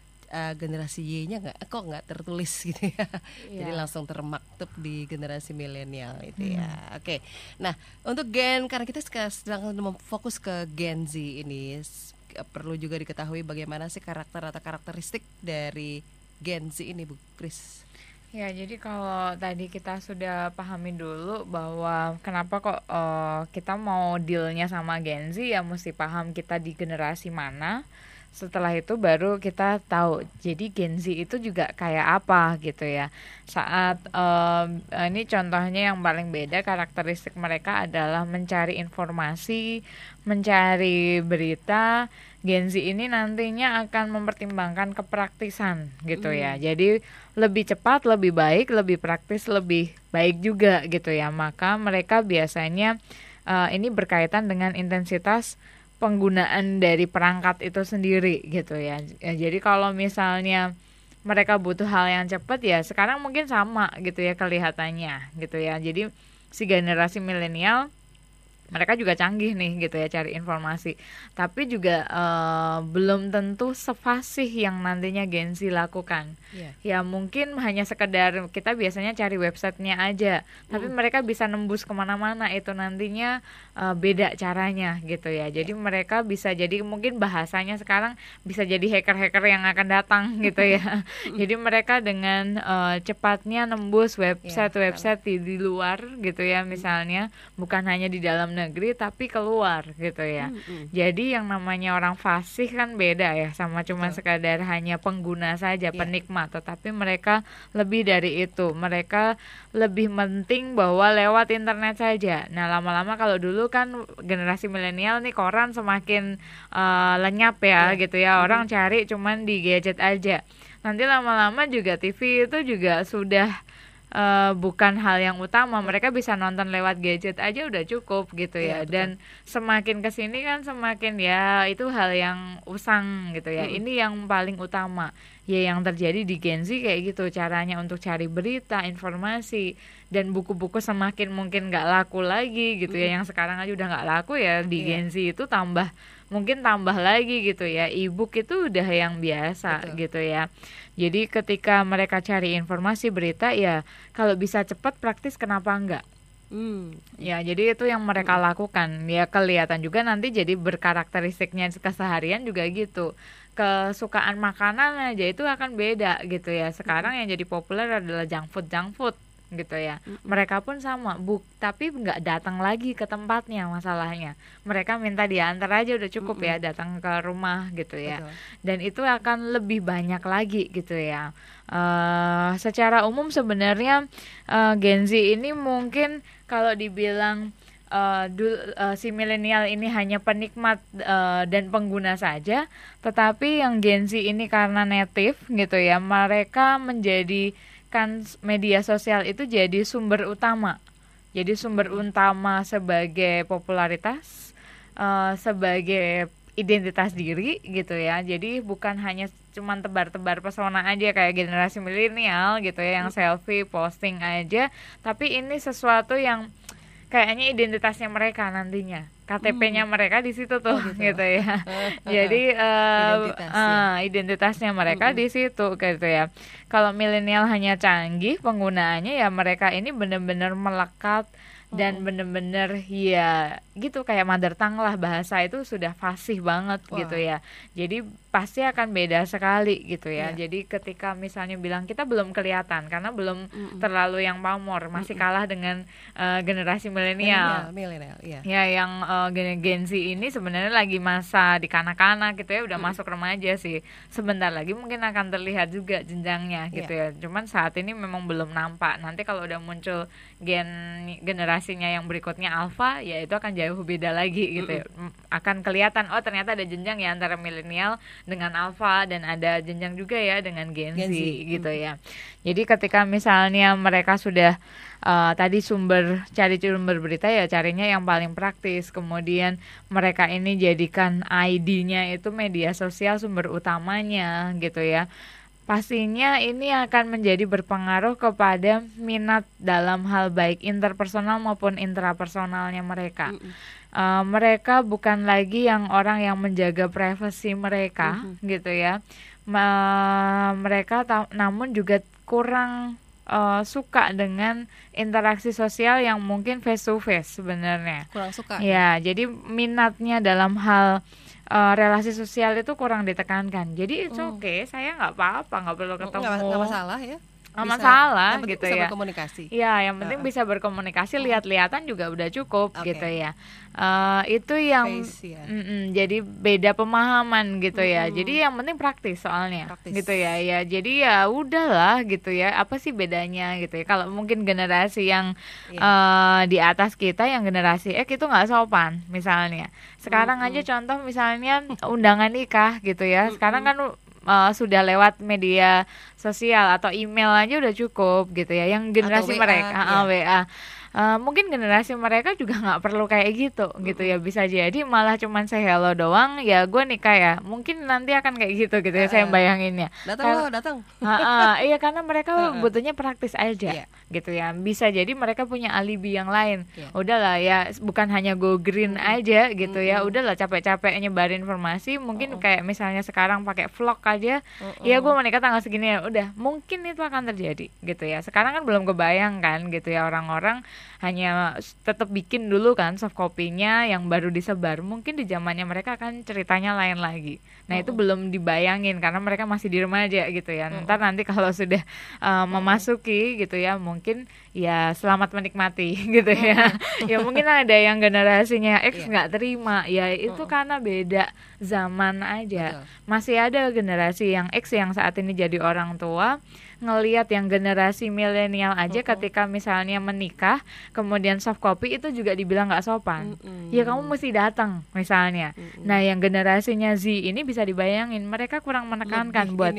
generasi Y-nya nggak tertulis gitu ya. Jadi langsung termaktub di generasi milenial itu ya. Oke. Nah, untuk karena kita sedang fokus ke Gen Z ini, perlu juga diketahui bagaimana sih karakter atau karakteristik dari Gen Z ini Bu Kris. Ya, jadi kalau tadi kita sudah pahami dulu bahwa kenapa kok kita mau dealnya sama Gen Z, ya mesti paham kita di generasi mana. Setelah itu baru kita tahu jadi Gen Z itu juga kayak apa gitu ya. Saat ini contohnya yang paling beda, karakteristik mereka adalah mencari informasi, mencari berita. Gen Z ini nantinya akan mempertimbangkan kepraktisan gitu ya. Jadi lebih cepat, lebih baik, lebih praktis, lebih baik juga gitu ya. Maka mereka biasanya ini berkaitan dengan intensitas penggunaan dari perangkat itu sendiri gitu ya. Jadi kalau misalnya mereka butuh hal yang cepat, ya sekarang mungkin sama gitu ya kelihatannya gitu ya. Jadi si generasi milenial mereka juga canggih nih gitu ya cari informasi, tapi juga belum tentu sefasih yang nantinya Gen Z lakukan. Ya mungkin hanya sekedar kita biasanya cari websitenya aja, tapi mereka bisa nembus kemana-mana, itu nantinya beda caranya gitu ya. Jadi mereka bisa jadi mungkin bahasanya sekarang bisa jadi hacker-hacker yang akan datang gitu ya. Jadi mereka dengan cepatnya nembus website di luar gitu ya, misalnya bukan hanya di dalam negeri tapi keluar gitu ya. Jadi yang namanya orang fasih kan beda ya, sama cuma sekadar hanya pengguna saja, penikmat, tetapi mereka lebih dari itu. Mereka lebih penting bahwa lewat internet saja. Nah, lama-lama kalau dulu kan generasi milenial nih koran semakin lenyap ya gitu ya. Orang cari cuman di gadget aja. Nanti lama-lama juga TV itu juga sudah bukan hal yang utama. Mereka bisa nonton lewat gadget aja udah cukup gitu ya. Dan semakin kesini kan semakin ya itu hal yang usang gitu ya. Ini yang paling utama ya, yang terjadi di Gen Z kayak gitu, caranya untuk cari berita, informasi, dan buku-buku semakin mungkin nggak laku lagi gitu ya. Yang sekarang aja udah nggak laku ya, di Gen Z itu mungkin tambah lagi gitu ya. E-book itu udah yang biasa gitu ya. Jadi ketika mereka cari informasi berita ya, kalau bisa cepat praktis kenapa enggak? Ya, jadi itu yang mereka lakukan. Ya kelihatan juga nanti jadi berkarakteristiknya keseharian juga gitu. Kesukaan makanan aja itu akan beda gitu ya. Sekarang yang jadi populer adalah junk food gitu ya. Mereka pun sama, tapi nggak datang lagi ke tempatnya masalahnya. Mereka minta diantar aja udah cukup ya, datang ke rumah gitu ya. Dan itu akan lebih banyak lagi gitu ya. Secara umum sebenarnya Gen Z ini mungkin kalau dibilang si milenial ini hanya penikmat dan pengguna saja, tetapi yang Gen Z ini karena native gitu ya, mereka menjadikan media sosial itu jadi sumber utama. Jadi sumber utama sebagai popularitas, sebagai identitas diri gitu ya. Jadi bukan hanya cuman tebar-tebar pesona aja kayak generasi milenial gitu ya, yang selfie posting aja, tapi ini sesuatu yang kayaknya identitasnya mereka nantinya, KTP-nya mereka di situ tuh gitu ya. Jadi identitasnya mereka di situ gitu ya. Kalau milenial hanya canggih penggunaannya ya, mereka ini benar-benar melekat dan bener-bener ya gitu kayak mother tongue lah, bahasa itu sudah fasih banget gitu ya. Jadi pasti akan beda sekali gitu ya. Jadi ketika misalnya bilang kita belum kelihatan karena belum terlalu yang pamor, masih kalah dengan generasi milenial. Ya yang Gen Z ini sebenarnya lagi masa di kanak-kanak gitu ya, udah masuk remaja sih. Sebentar lagi mungkin akan terlihat juga jenjangnya gitu ya. Cuman saat ini memang belum nampak. Nanti kalau udah muncul generasinya yang berikutnya alpha, ya itu akan jauh beda lagi gitu ya. Akan kelihatan ternyata ada jenjang ya antara milenial dengan alpha, dan ada jenjang juga ya dengan Gen Z gitu ya. Jadi ketika misalnya mereka sudah tadi cari sumber berita ya carinya yang paling praktis, kemudian mereka ini jadikan ID-nya itu media sosial sumber utamanya gitu ya. Pastinya ini akan menjadi berpengaruh kepada minat dalam hal baik interpersonal maupun intrapersonalnya mereka. Mereka bukan lagi yang orang yang menjaga privasi mereka gitu ya. Mereka namun juga kurang suka dengan interaksi sosial yang mungkin face to face sebenarnya. Kurang suka. Ya, jadi minatnya dalam hal relasi sosial itu kurang ditekankan. Jadi it's okay, saya nggak apa-apa, nggak perlu ketemu. Nggak masalah ya. Masalah yang gitu bisa ya. Berkomunikasi. Ya, yang penting bisa berkomunikasi, lihat-lihatan juga udah cukup gitu ya. Itu yang jadi beda pemahaman gitu ya. Jadi yang penting praktis soalnya gitu ya. Ya jadi ya udahlah gitu ya. Apa sih bedanya gitu ya? Kalau mungkin generasi yang di atas kita, yang generasi itu nggak sopan misalnya. Sekarang aja contoh misalnya undangan nikah gitu ya. Sekarang kan sudah lewat media sosial atau email aja udah cukup gitu ya. Yang generasi mereka WA. Mungkin generasi mereka juga nggak perlu kayak gitu ya, bisa jadi malah cuman say hello doang ya, gue nikah ya, mungkin nanti akan kayak gitu ya. Saya bayanginnya datang iya, karena mereka butuhnya praktis aja gitu ya. Bisa jadi mereka punya alibi yang lain. Udahlah ya, bukan hanya go green aja gitu ya. Udahlah capek-capek nyebarin informasi, mungkin kayak misalnya sekarang pakai vlog aja, ya gue mau nikah tanggal segini ya, udah mungkin itu akan terjadi gitu ya. Sekarang kan belum kebayang kan gitu ya, orang-orang hanya tetap bikin dulu kan soft copy-nya yang baru disebar, mungkin di zamannya mereka akan ceritanya lain lagi. Nah itu belum dibayangin karena mereka masih di remaja gitu ya. Ntar nanti kalau sudah memasuki gitu ya, mungkin ya selamat menikmati gitu ya. Ya mungkin ada yang generasinya X nggak terima, ya itu karena beda zaman aja. Masih ada generasi yang X yang saat ini jadi orang tua ngelihat yang generasi milenial aja ketika misalnya menikah kemudian soft copy itu juga dibilang nggak sopan. Ya kamu mesti datang misalnya. Nah yang generasinya Z ini bisa dibayangin mereka kurang menekankan buat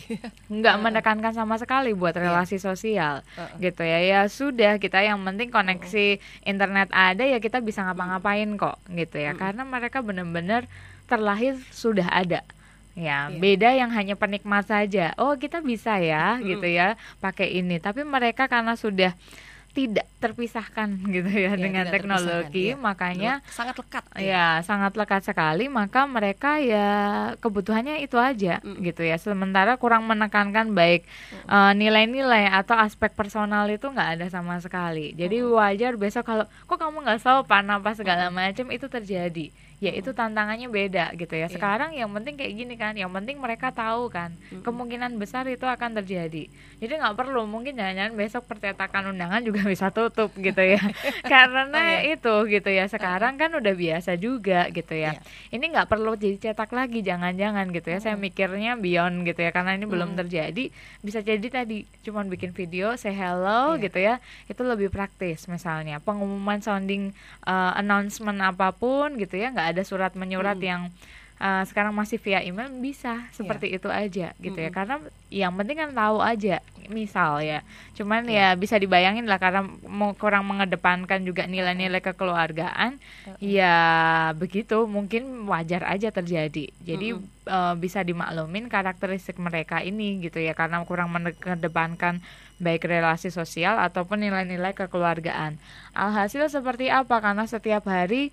nggak menekankan sama sekali buat relasi sosial gitu ya. Ya sudah, kita yang penting koneksi internet ada ya kita bisa ngapa-ngapain kok gitu ya. Karena mereka benar-benar terlahir sudah ada. Ya, beda yang hanya penikmat saja. Oh, kita bisa ya, gitu ya, pakai ini. Tapi mereka karena sudah tidak terpisahkan gitu ya dengan teknologi, makanya sangat lekat. Ya, sangat lekat sekali. Maka mereka ya kebutuhannya itu aja, gitu ya. Sementara kurang menekankan baik nilai-nilai atau aspek personal itu nggak ada sama sekali. Jadi wajar besok kalau kok kamu nggak sopan apa segala macam itu terjadi. Ya itu tantangannya beda gitu ya. Sekarang yang penting kayak gini kan, yang penting mereka tahu kan kemungkinan besar itu akan terjadi. Jadi nggak perlu, mungkin jangan-jangan besok percetakan undangan juga bisa tutup gitu ya. Karena itu gitu ya. Sekarang kan udah biasa juga gitu ya. Ini nggak perlu jadi cetak lagi, jangan-jangan gitu ya. Saya mikirnya beyond gitu ya, karena ini belum terjadi. Bisa jadi tadi cuman bikin video say hello gitu ya. Itu lebih praktis misalnya. Pengumuman sounding announcement apapun gitu ya, nggak ada surat menyurat yang sekarang masih via email, bisa seperti itu aja gitu ya. Karena yang penting kan tahu aja misal ya. Cuman ya bisa dibayangin lah karena kurang mengedepankan juga nilai-nilai kekeluargaan. Ya begitu, mungkin wajar aja terjadi. Jadi bisa dimaklumin karakteristik mereka ini gitu ya, karena kurang mengedepankan baik relasi sosial ataupun nilai-nilai kekeluargaan. Alhasil seperti apa? Karena setiap hari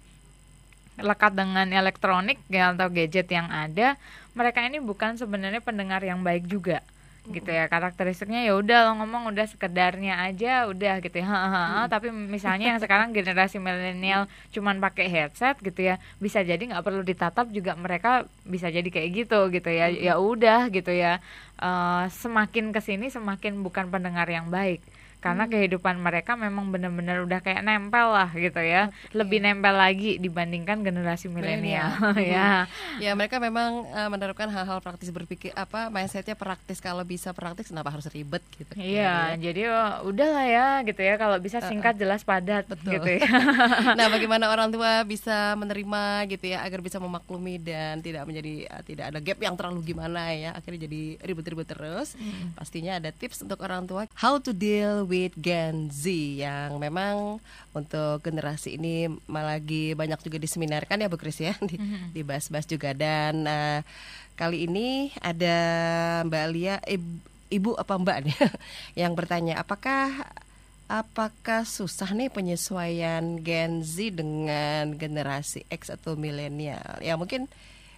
lekat dengan elektronik ya, atau gadget yang ada, mereka ini bukan sebenarnya pendengar yang baik juga gitu ya. Karakteristiknya ya udah lo ngomong udah sekedarnya aja udah gitu ya. Tapi misalnya yang sekarang generasi milenial cuman pakai headset gitu ya, bisa jadi nggak perlu ditatap juga mereka bisa jadi kayak gitu ya. Ya udah gitu ya, semakin kesini semakin bukan pendengar yang baik. Karena kehidupan mereka memang benar-benar udah kayak nempel lah gitu ya. Lebih nempel lagi dibandingkan generasi milenial ya. Ya mereka memang menerapkan hal-hal praktis, berpikir mindsetnya praktis. Kalau bisa praktis kenapa harus ribet gitu. Iya, jadi udahlah ya gitu ya, kalau bisa singkat jelas padat. Betul. Gitu ya. Nah bagaimana orang tua bisa menerima gitu ya, agar bisa memaklumi dan tidak menjadi tidak ada gap yang terlalu gimana ya, akhirnya jadi ribet-ribet terus. Pastinya ada tips untuk orang tua how to deal with Gen Z yang memang untuk generasi ini lagi banyak juga diseminarkan ya Bu Kris ya, dibahas-bahas juga. Dan kali ini ada Mbak Lia, Ibu apa Mbak nih yang bertanya, apakah susah nih penyesuaian Gen Z dengan generasi X atau milenial? Ya mungkin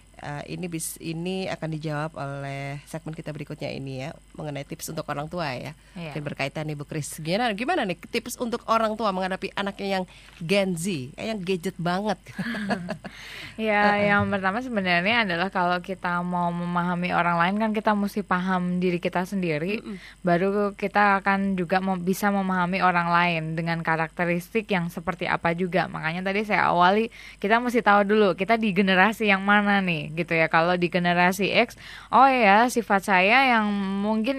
ini akan dijawab oleh segmen kita berikutnya ini ya, mengenai tips untuk orang tua ya. Berkaitan nih Bu Kris, gimana nih tips untuk orang tua menghadapi anaknya yang Gen Z, yang gadget banget? Ya yang pertama sebenarnya adalah kalau kita mau memahami orang lain kan kita mesti paham diri kita sendiri, baru kita akan juga bisa memahami orang lain dengan karakteristik yang seperti apa juga. Makanya tadi saya awali, kita mesti tahu dulu kita di generasi yang mana nih gitu ya. Kalau di generasi X, oh ya sifat saya yang mungkin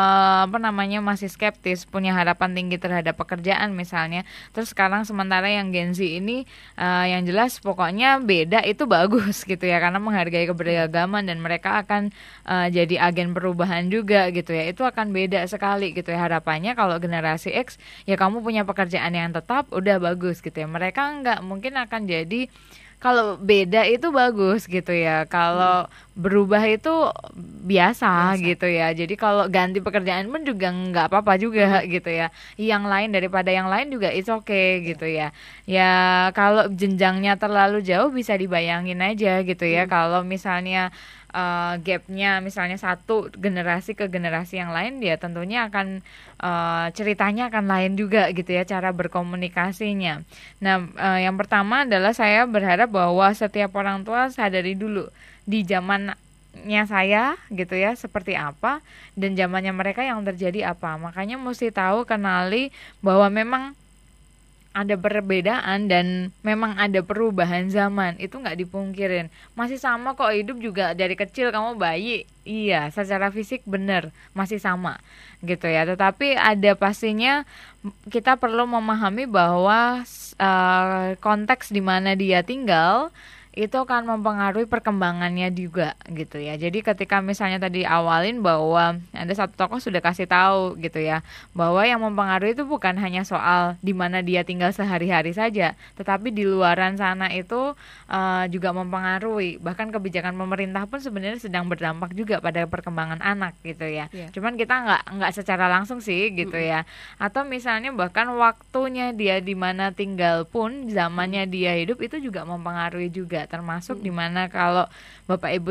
masih skeptis, punya harapan tinggi terhadap pekerjaan misalnya. Terus sekarang sementara yang Gen Z ini yang jelas pokoknya beda itu bagus gitu ya, karena menghargai keberagaman dan mereka akan jadi agen perubahan juga gitu ya. Itu akan beda sekali gitu ya harapannya. Kalau generasi X ya kamu punya pekerjaan yang tetap udah bagus gitu ya. Mereka enggak, mungkin akan jadi kalau beda itu bagus gitu ya. Kalau berubah itu biasa Biasa. gitu ya. Jadi kalau ganti pekerjaan pun juga nggak apa-apa juga gitu ya. Yang lain daripada yang lain juga it's okay gitu ya. Ya kalau jenjangnya terlalu jauh bisa dibayangin aja gitu ya. Kalau misalnya gapnya misalnya satu generasi ke generasi yang lain, dia tentunya akan ceritanya akan lain juga gitu ya, cara berkomunikasinya. Nah, yang pertama adalah saya berharap bahwa setiap orang tua sadari dulu di zamannya saya gitu ya seperti apa, dan zamannya mereka yang terjadi apa. Makanya mesti tahu, kenali bahwa memang ada perbedaan dan memang ada perubahan zaman, itu nggak dipungkirin. Masih sama kok, hidup juga dari kecil kamu bayi, iya secara fisik bener masih sama gitu ya, tetapi ada pastinya kita perlu memahami bahwa konteks di mana dia tinggal itu akan mempengaruhi perkembangannya juga gitu ya. Jadi ketika misalnya tadi awalin bahwa ada satu tokoh sudah kasih tahu gitu ya, bahwa yang mempengaruhi itu bukan hanya soal di mana dia tinggal sehari-hari saja, tetapi di luaran sana itu juga mempengaruhi. Bahkan kebijakan pemerintah pun sebenarnya sedang berdampak juga pada perkembangan anak gitu ya. Cuman kita nggak secara langsung sih gitu ya. Atau misalnya bahkan waktunya dia di mana tinggal pun, zamannya dia hidup itu juga mempengaruhi juga, termasuk dimana kalau bapak ibu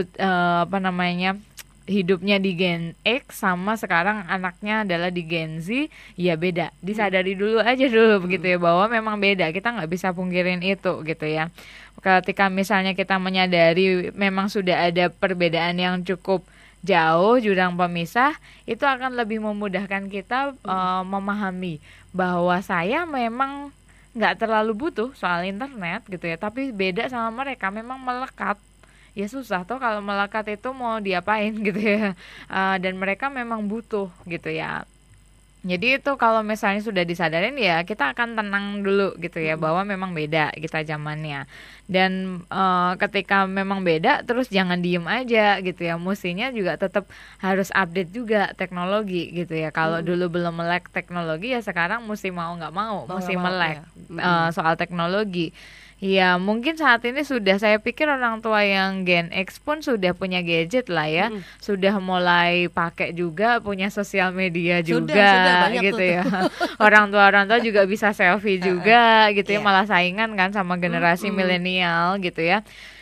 hidupnya di Gen X sama sekarang anaknya adalah di Gen Z, ya beda. Disadari dulu aja dulu begitu ya, bahwa memang beda, kita nggak bisa pungkirin itu gitu ya. Ketika misalnya kita menyadari memang sudah ada perbedaan yang cukup jauh, jurang pemisah, itu akan lebih memudahkan kita memahami bahwa saya memang nggak terlalu butuh soal internet gitu ya, tapi beda sama mereka, memang melekat. Ya susah tuh kalau melekat itu mau diapain gitu ya. Dan mereka memang butuh gitu ya. Jadi itu kalau misalnya sudah disadarin, ya kita akan tenang dulu gitu ya, bahwa memang beda kita zamannya. Dan ketika memang beda, terus jangan diem aja gitu ya, mestinya juga tetap harus update juga teknologi gitu ya. Kalau dulu belum melek teknologi, ya sekarang mesti mau nggak mau mesti melek soal teknologi. Ya mungkin saat ini sudah, saya pikir orang tua yang Gen X pun sudah punya gadget lah ya, sudah mulai pakai juga, punya sosial media juga sudah gitu ya. Orang tua juga bisa selfie juga gitu ya, Iya. malah saingan kan sama generasi milenial gitu ya.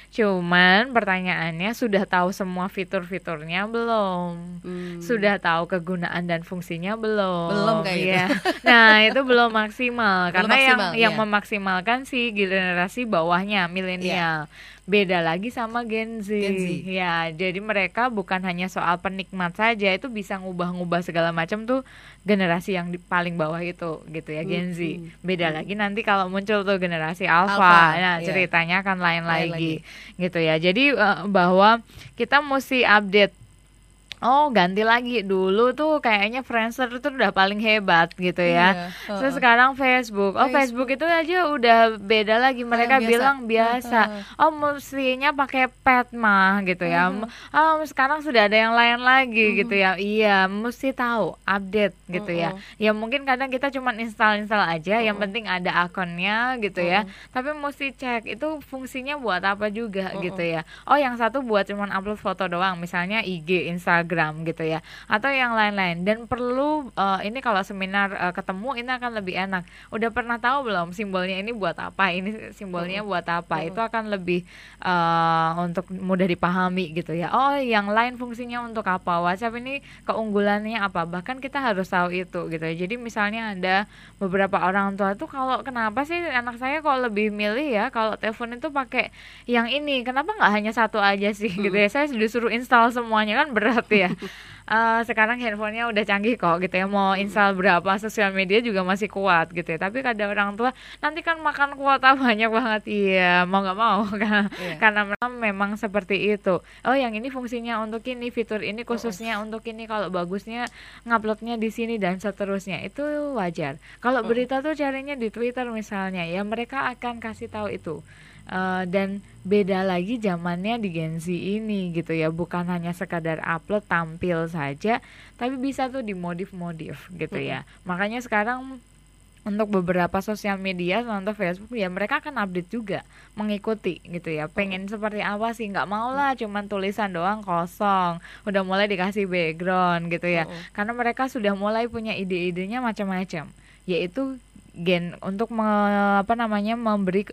Cuman pertanyaannya, sudah tahu semua fitur-fiturnya belum? Sudah tahu kegunaan dan fungsinya belum? Belum kayak gitu. Ya. Nah, itu belum maksimal. Belum Karena maksimal, yang iya. memaksimalkan si generasi bawahnya, milenial. Beda lagi sama Gen Z. Gen Z. Ya, jadi mereka bukan hanya soal penikmat saja, itu bisa ngubah-ngubah segala macam tuh generasi yang di paling bawah itu gitu ya, Gen Z. Beda lagi nanti kalau muncul tuh generasi Alpha. Alpha, Nah, iya. ceritanya akan lain Lain lagi gitu ya. Jadi bahwa kita mesti update. Oh, ganti lagi. Dulu tuh kayaknya Friendster itu udah paling hebat gitu ya. Iya, Terus sekarang Facebook. Oh, Facebook itu aja udah beda lagi. Mereka biasa. bilang biasa. Oh, mestinya pakai pet mah gitu ya. Oh, sekarang sudah ada yang lain lagi gitu ya. Iya, mesti tahu, update gitu ya. Ya mungkin kadang kita cuma install aja, yang penting ada akunnya gitu ya. Tapi mesti cek itu fungsinya buat apa juga gitu ya. Oh, yang satu buat cuma upload foto doang, misalnya IG, Instagram gitu ya, atau yang lain-lain. Dan perlu ini kalau seminar ketemu, ini akan lebih enak. Udah pernah tahu belum simbolnya ini buat apa, ini simbolnya buat apa? Itu akan lebih untuk mudah dipahami gitu ya. Oh, yang lain fungsinya untuk apa? WhatsApp ini keunggulannya apa? Bahkan kita harus tahu itu gitu ya. Jadi misalnya ada beberapa orang tua tuh, kalau kenapa sih anak saya kok lebih milih ya kalau telepon itu pakai yang ini, kenapa nggak hanya satu aja sih gitu ya. Saya disuruh install semuanya, kan berat ya. Sekarang handphonenya udah canggih kok gitu ya, mau install berapa sosial media juga masih kuat gitu ya. Tapi ada orang tua, nanti kan makan kuota banyak banget. Iya, mau nggak mau karena memang seperti itu. Oh, yang ini fungsinya untuk ini, fitur ini khususnya untuk ini, kalau bagusnya nguploadnya di sini dan seterusnya. Itu wajar. Kalau berita tuh carinya di Twitter misalnya, ya mereka akan kasih tahu itu. Dan beda lagi zamannya di Gen Z ini gitu ya, bukan hanya sekadar upload tampil saja, tapi bisa tuh dimodif-modif gitu ya. Makanya sekarang untuk beberapa sosial media, contoh Facebook, ya mereka akan update juga, mengikuti gitu ya. Pengen seperti apa sih, nggak mau lah cuman tulisan doang kosong, udah mulai dikasih background gitu ya. Karena mereka sudah mulai punya ide-idenya macam-macam, yaitu untuk memberi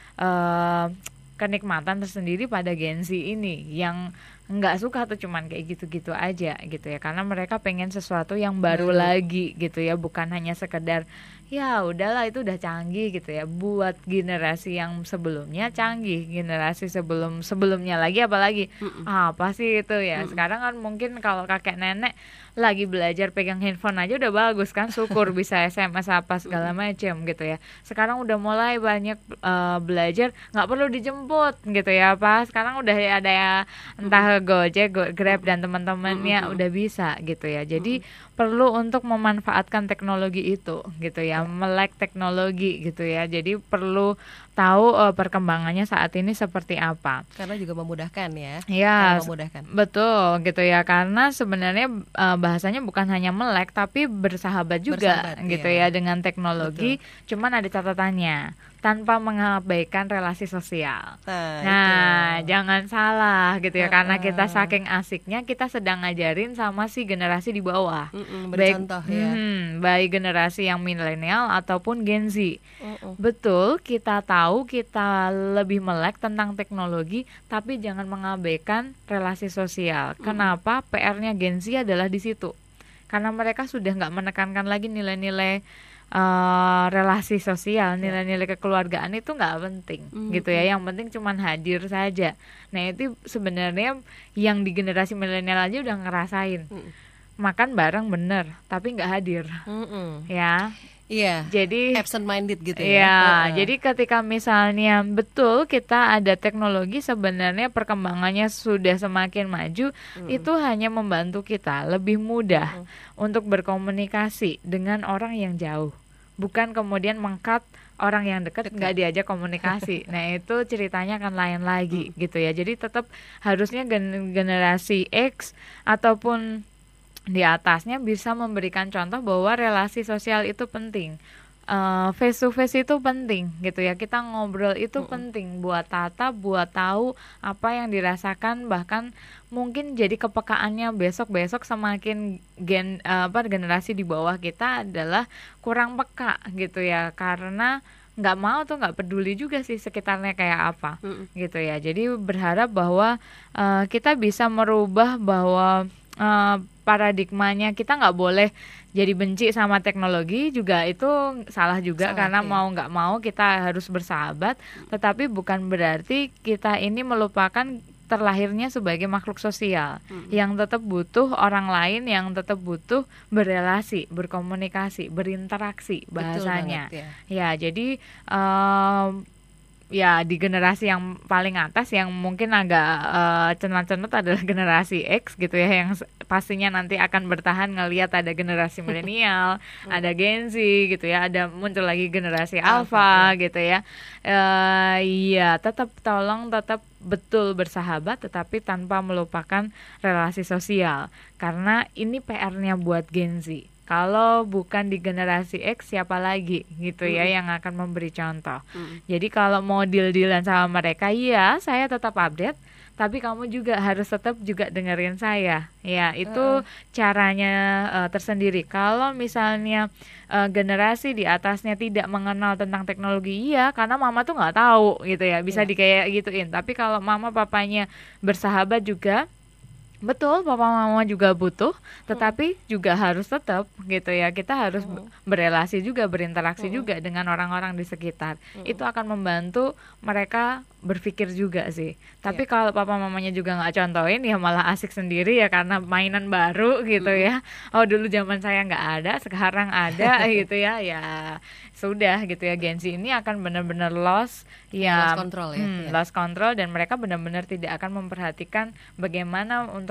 kenikmatan tersendiri pada Gen Z ini yang nggak suka tuh cuman kayak gitu-gitu aja gitu ya, karena mereka pengen sesuatu yang baru lagi gitu ya, bukan hanya sekedar ya udahlah itu udah canggih gitu ya. Buat generasi yang sebelumnya canggih, generasi sebelumnya lagi apalagi apa sih itu ya. Sekarang kan mungkin kalau kakek nenek lagi belajar pegang handphone aja udah bagus kan, syukur bisa SMS apa segala macam gitu ya. Sekarang udah mulai banyak belajar nggak perlu dijemput gitu ya, apa sekarang udah ada ya, entah Gojek, Grab dan teman-temannya udah bisa gitu ya. Jadi perlu untuk memanfaatkan teknologi itu gitu ya, melek teknologi gitu ya. Jadi perlu tahu perkembangannya saat ini seperti apa. Karena juga memudahkan ya. Ya, memudahkan. Betul gitu ya. Karena sebenarnya bahasanya bukan hanya melek tapi bersahabat juga gitu ya dengan teknologi. Betul. Cuman ada catatannya, tanpa mengabaikan relasi sosial. Nah, jangan salah gitu ya, karena kita saking asiknya kita sedang ngajarin sama si generasi di bawah. Bercontoh ya. Baik generasi yang milenial ataupun Gen Z. Betul, kita tahu kita lebih melek tentang teknologi, tapi jangan mengabaikan relasi sosial. Kenapa? PR-nya Gen Z adalah di situ. Karena mereka sudah nggak menekankan lagi nilai-nilai relasi sosial, nilai-nilai kekeluargaan itu nggak penting gitu ya. Yang penting cuman hadir saja. Nah itu sebenarnya yang di generasi milenial aja udah ngerasain. Makan bareng bener, tapi nggak hadir, ya. Iya. Jadi absent minded gitu ya. Iya. Jadi ketika misalnya betul kita ada teknologi, sebenarnya perkembangannya sudah semakin maju, itu hanya membantu kita lebih mudah untuk berkomunikasi dengan orang yang jauh. Bukan kemudian meng-cut orang yang dekat nggak diajak komunikasi. Nah itu ceritanya akan lain lagi gitu ya. Jadi tetap harusnya generasi X ataupun di atasnya bisa memberikan contoh bahwa relasi sosial itu penting. Face to face itu penting gitu ya. Kita ngobrol itu penting buat buat tahu apa yang dirasakan, bahkan mungkin jadi kepekaannya besok semakin generasi di bawah kita adalah kurang peka gitu ya, karena nggak peduli juga sih sekitarnya kayak apa gitu ya. Jadi berharap bahwa kita bisa merubah bahwa paradigmanya kita nggak boleh jadi benci sama teknologi juga, itu salah juga. Karena mau nggak mau kita harus bersahabat, tetapi bukan berarti kita ini melupakan terlahirnya sebagai makhluk sosial yang tetap butuh orang lain, yang tetap butuh berelasi, berkomunikasi, berinteraksi bahasanya. Betul banget, ya. Jadi ya di generasi yang paling atas yang mungkin agak cenut-cenut adalah generasi X gitu ya, yang pastinya nanti akan bertahan ngelihat ada generasi milenial, ada Gen Z gitu ya, ada muncul lagi generasi Alpha gitu ya. Iya, tetap betul bersahabat tetapi tanpa melupakan relasi sosial, karena ini PR-nya buat Gen Z. Kalau bukan di generasi X, siapa lagi gitu ya yang akan memberi contoh. Jadi kalau mau deal-dealan sama mereka, iya saya tetap update, tapi kamu juga harus tetap juga dengerin saya. Ya itu caranya tersendiri. Kalau misalnya generasi di atasnya tidak mengenal tentang teknologi, iya karena mama tuh nggak tahu gitu ya, bisa dikayak gituin. Tapi kalau mama papanya bersahabat juga, betul, papa mama juga butuh, tetapi juga harus tetap gitu ya. Kita harus berelasi juga, berinteraksi juga dengan orang-orang di sekitar. Itu akan membantu mereka berpikir juga sih. Tapi kalau papa mamanya juga nggak contohin, ya malah asik sendiri ya, karena mainan baru gitu ya. Oh dulu zaman saya nggak ada, sekarang ada gitu ya. Ya sudah gitu ya, Gen Z ini akan benar-benar lost control ya. Lost control, dan mereka benar-benar tidak akan memperhatikan bagaimana untuk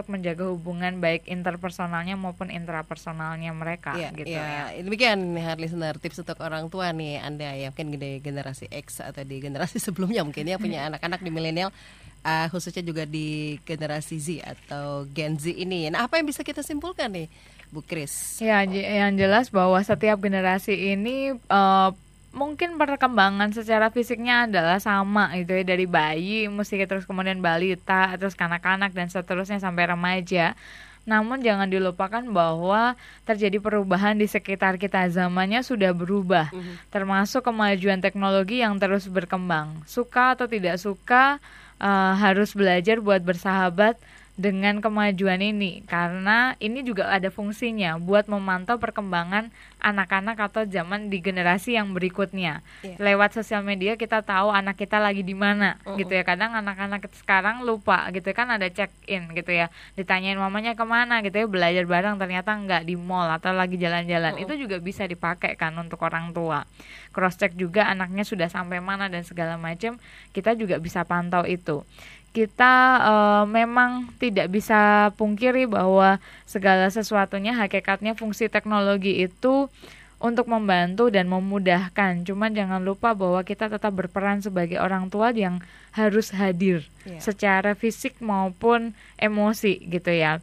untuk menjaga hubungan baik interpersonalnya maupun intrapersonalnya mereka gitu ya. Demikian listener tips untuk orang tua nih, Anda ya mungkin di generasi X atau di generasi sebelumnya mungkin ya punya anak-anak di milenial, khususnya juga di generasi Z atau Gen Z ini. Nah, apa yang bisa kita simpulkan nih, Bu Kris? Ya, yang jelas bahwa setiap generasi ini mungkin perkembangan secara fisiknya adalah sama gitu ya, dari bayi, musik, terus kemudian balita, terus kanak-kanak dan seterusnya sampai remaja. Namun jangan dilupakan bahwa terjadi perubahan di sekitar kita, zamannya sudah berubah, termasuk kemajuan teknologi yang terus berkembang. Suka atau tidak suka, harus belajar buat bersahabat dengan kemajuan ini, karena ini juga ada fungsinya buat memantau perkembangan anak-anak atau zaman di generasi yang berikutnya. Lewat sosial media kita tahu anak kita lagi di mana gitu ya. Kadang anak-anak sekarang lupa gitu kan, ada check in gitu ya, ditanyain mamanya kemana gitu ya, belajar bareng ternyata nggak di mall atau lagi jalan-jalan. Itu juga bisa dipakai kan untuk orang tua. Cross check juga anaknya sudah sampai mana dan segala macam, kita juga bisa pantau itu. Kita memang tidak bisa pungkiri bahwa segala sesuatunya hakikatnya fungsi teknologi itu untuk membantu dan memudahkan. Cuman jangan lupa bahwa kita tetap berperan sebagai orang tua yang harus hadir secara fisik maupun emosi gitu ya.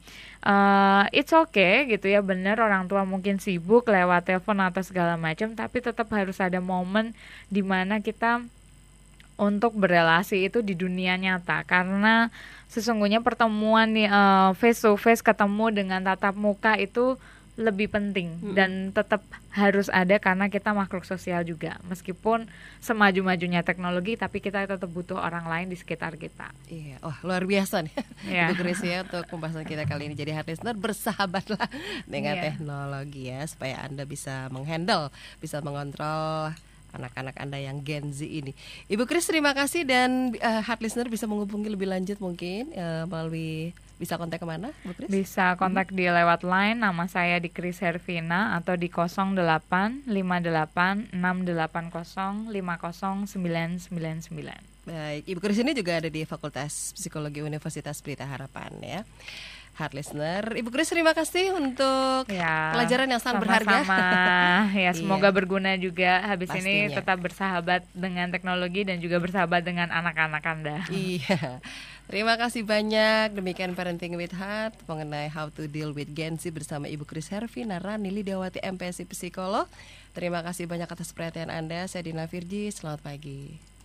It's okay gitu ya, benar orang tua mungkin sibuk lewat telepon atau segala macam, tapi tetap harus ada momen di mana kita untuk berelasi itu di dunia nyata, karena sesungguhnya pertemuan nih face to face, ketemu dengan tatap muka itu lebih penting dan tetap harus ada, karena kita makhluk sosial juga. Meskipun semaju-majunya teknologi, tapi kita tetap butuh orang lain di sekitar kita. Iya, luar biasa nih Bu Kris ya untuk pembahasan kita kali ini. Jadi hard listener, bersahabatlah dengan teknologi ya, supaya Anda bisa menghandle, bisa mengontrol anak-anak Anda yang Gen Z ini. Ibu Kris, terima kasih, dan hard listener bisa menghubungi lebih lanjut mungkin melalui, bisa kontak kemana, Bu Kris? Bisa kontak di lewat line, nama saya di Kris Hervina, atau di 08586806505099. Baik, Ibu Kris ini juga ada di Fakultas Psikologi Universitas Pelita Harapan ya. Hard listener, Ibu Kris terima kasih untuk pelajaran yang sangat berharga. Ya, semoga berguna juga habis ini, tetap bersahabat dengan teknologi dan juga bersahabat dengan anak-anak Anda. Iya. Terima kasih banyak. Demikian Parenting with Heart mengenai how to deal with Gen Z bersama Ibu Kris Hervina Rani Lidawati, MPSI Psikolog. Terima kasih banyak atas perhatian Anda. Saya Dina Virji, selamat pagi.